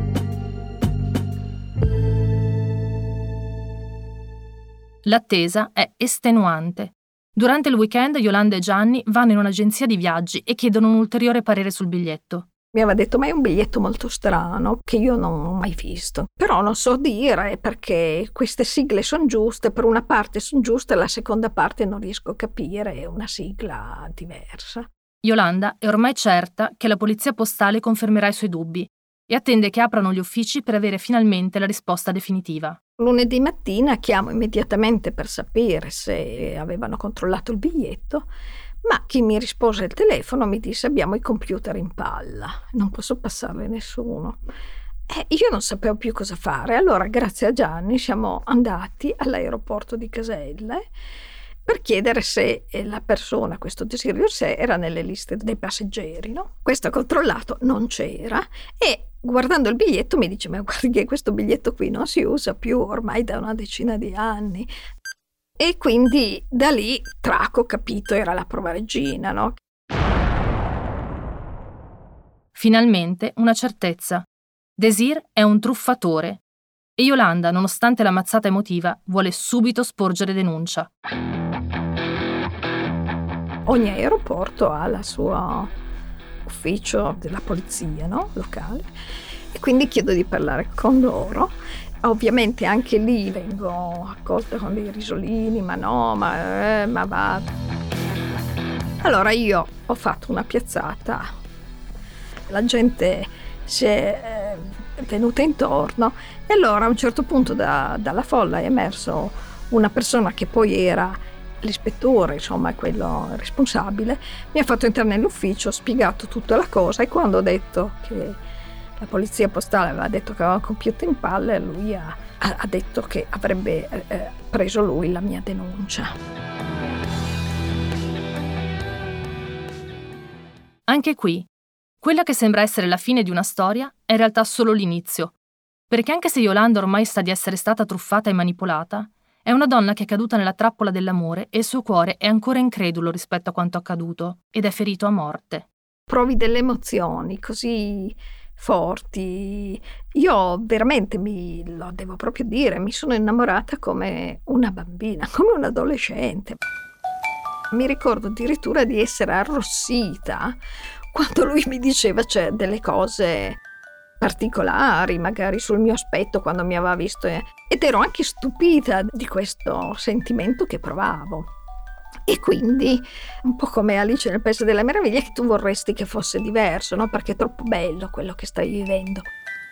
L'attesa è estenuante. Durante il weekend Yolanda e Gianni vanno in un'agenzia di viaggi e chiedono un ulteriore parere sul biglietto.
Mi aveva detto: ma è un biglietto molto strano che io non ho mai visto, però non so dire perché queste sigle sono giuste, per una parte sono giuste, la seconda parte non riesco a capire, è una sigla diversa.
Yolanda è ormai certa che la polizia postale confermerà i suoi dubbi e attende che aprano gli uffici per avere finalmente la risposta definitiva.
Lunedì mattina chiamo immediatamente per sapere se avevano controllato il biglietto, ma chi mi rispose al telefono mi disse: abbiamo i computer in palla, non posso passarne nessuno. Io non sapevo più cosa fare, allora grazie a Gianni siamo andati all'aeroporto di Caselle per chiedere se la persona, questo Désir Lurset, era nelle liste dei passeggeri, no? Questo ha controllato, non c'era, e guardando il biglietto mi dice: ma guardi che questo biglietto qui non si usa più ormai da una decina di anni. E quindi da lì, ho capito, era la prova regina, no?
Finalmente una certezza. Désir è un truffatore e Yolanda, nonostante la mazzata emotiva, vuole subito sporgere denuncia.
Ogni aeroporto ha il suo ufficio della polizia, no? Locale, e quindi chiedo di parlare con loro. Ovviamente anche lì vengo accolta con dei risolini: ma no, ma va. Allora io ho fatto una piazzata, la gente si è venuta intorno, e allora a un certo punto dalla folla è emerso una persona che poi era l'ispettore, insomma quello responsabile. Mi ha fatto entrare nell'ufficio, ho spiegato tutta la cosa, e quando ho detto che la polizia postale aveva detto che aveva un computer in palle, lui ha detto che avrebbe preso lui la mia denuncia.
Anche qui, quella che sembra essere la fine di una storia è in realtà solo l'inizio, perché anche se Yolanda ormai sa di essere stata truffata e manipolata, È una donna che è caduta nella trappola dell'amore e il suo cuore è ancora incredulo rispetto a quanto accaduto ed è ferito a morte.
Provi delle emozioni così forti. Io veramente, lo devo proprio dire, mi sono innamorata come una bambina, come un adolescente. Mi ricordo addirittura di essere arrossita quando lui mi diceva delle cose particolari, magari sul mio aspetto quando mi aveva visto, ed ero anche stupita di questo sentimento che provavo. E quindi, un po' come Alice nel Paese delle Meraviglie, che tu vorresti che fosse diverso, no? Perché è troppo bello quello che stai vivendo.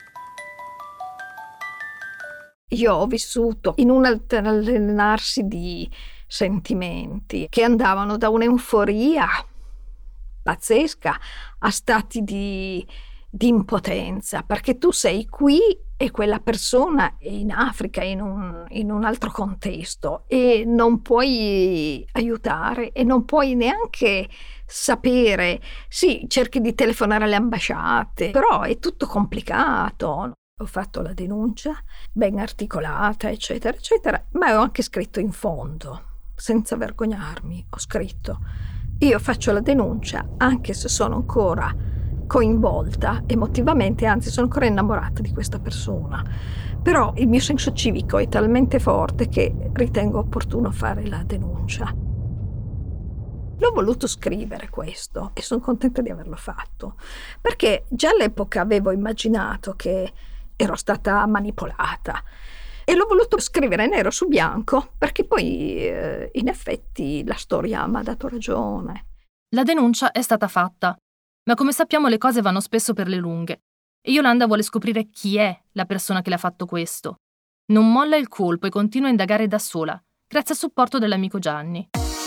Io ho vissuto in un allenarsi di sentimenti che andavano da un'euforia pazzesca a stati di impotenza, perché tu sei qui e quella persona è in Africa, in un altro contesto, e non puoi aiutare e non puoi neanche sapere. Sì, cerchi di telefonare alle ambasciate, però è tutto complicato. Ho fatto la denuncia ben articolata, eccetera, eccetera, ma ho anche scritto in fondo, senza vergognarmi, ho scritto: io faccio la denuncia anche se sono ancora coinvolta emotivamente, anzi sono ancora innamorata di questa persona, però il mio senso civico è talmente forte che ritengo opportuno fare la denuncia. L'ho voluto scrivere questo e sono contenta di averlo fatto, perché già all'epoca avevo immaginato che ero stata manipolata e l'ho voluto scrivere nero su bianco, perché poi in effetti la storia mi ha dato ragione.
La denuncia è stata fatta, ma come sappiamo le cose vanno spesso per le lunghe e Yolanda vuole scoprire chi è la persona che le ha fatto questo. Non molla il colpo e continua a indagare da sola, grazie al supporto dell'amico Gianni.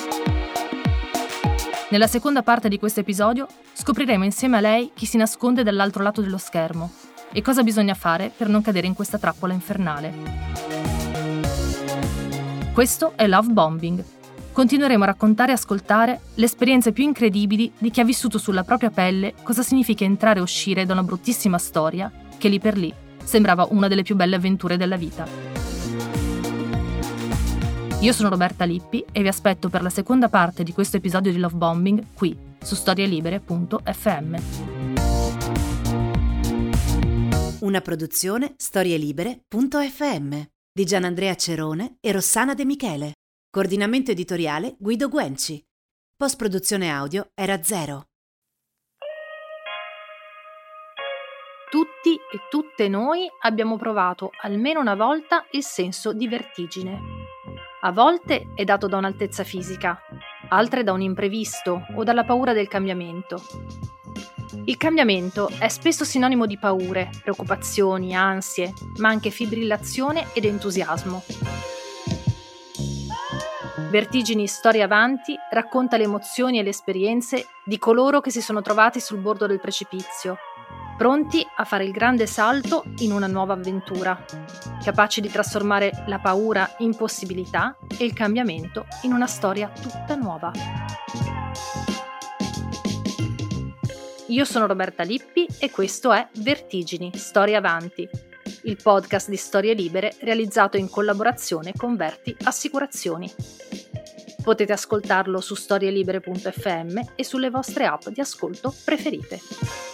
Nella seconda parte di questo episodio scopriremo insieme a lei chi si nasconde dall'altro lato dello schermo e cosa bisogna fare per non cadere in questa trappola infernale. Questo è Love Bombing. Continueremo a raccontare e ascoltare le esperienze più incredibili di chi ha vissuto sulla propria pelle cosa significa entrare e uscire da una bruttissima storia che lì per lì sembrava una delle più belle avventure della vita. Io sono Roberta Lippi e vi aspetto per la seconda parte di questo episodio di Love Bombing qui su storielibere.fm.
Una produzione storielibere.fm di Gianandrea Cerone e Rossana De Michele. Coordinamento editoriale Guido Guenci. Post-produzione audio era Zero.
Tutti e tutte noi abbiamo provato almeno una volta il senso di vertigine. A volte è dato da un'altezza fisica, altre da un imprevisto o dalla paura del cambiamento. Il cambiamento è spesso sinonimo di paure, preoccupazioni, ansie, ma anche fibrillazione ed entusiasmo. Vertigini Storia Avanti racconta le emozioni e le esperienze di coloro che si sono trovati sul bordo del precipizio, pronti a fare il grande salto in una nuova avventura, capaci di trasformare la paura in possibilità e il cambiamento in una storia tutta nuova. Io sono Roberta Lippi e questo è Vertigini Storia Avanti, il podcast di Storie Libere realizzato in collaborazione con Verti Assicurazioni. Potete ascoltarlo su storielibere.fm e sulle vostre app di ascolto preferite.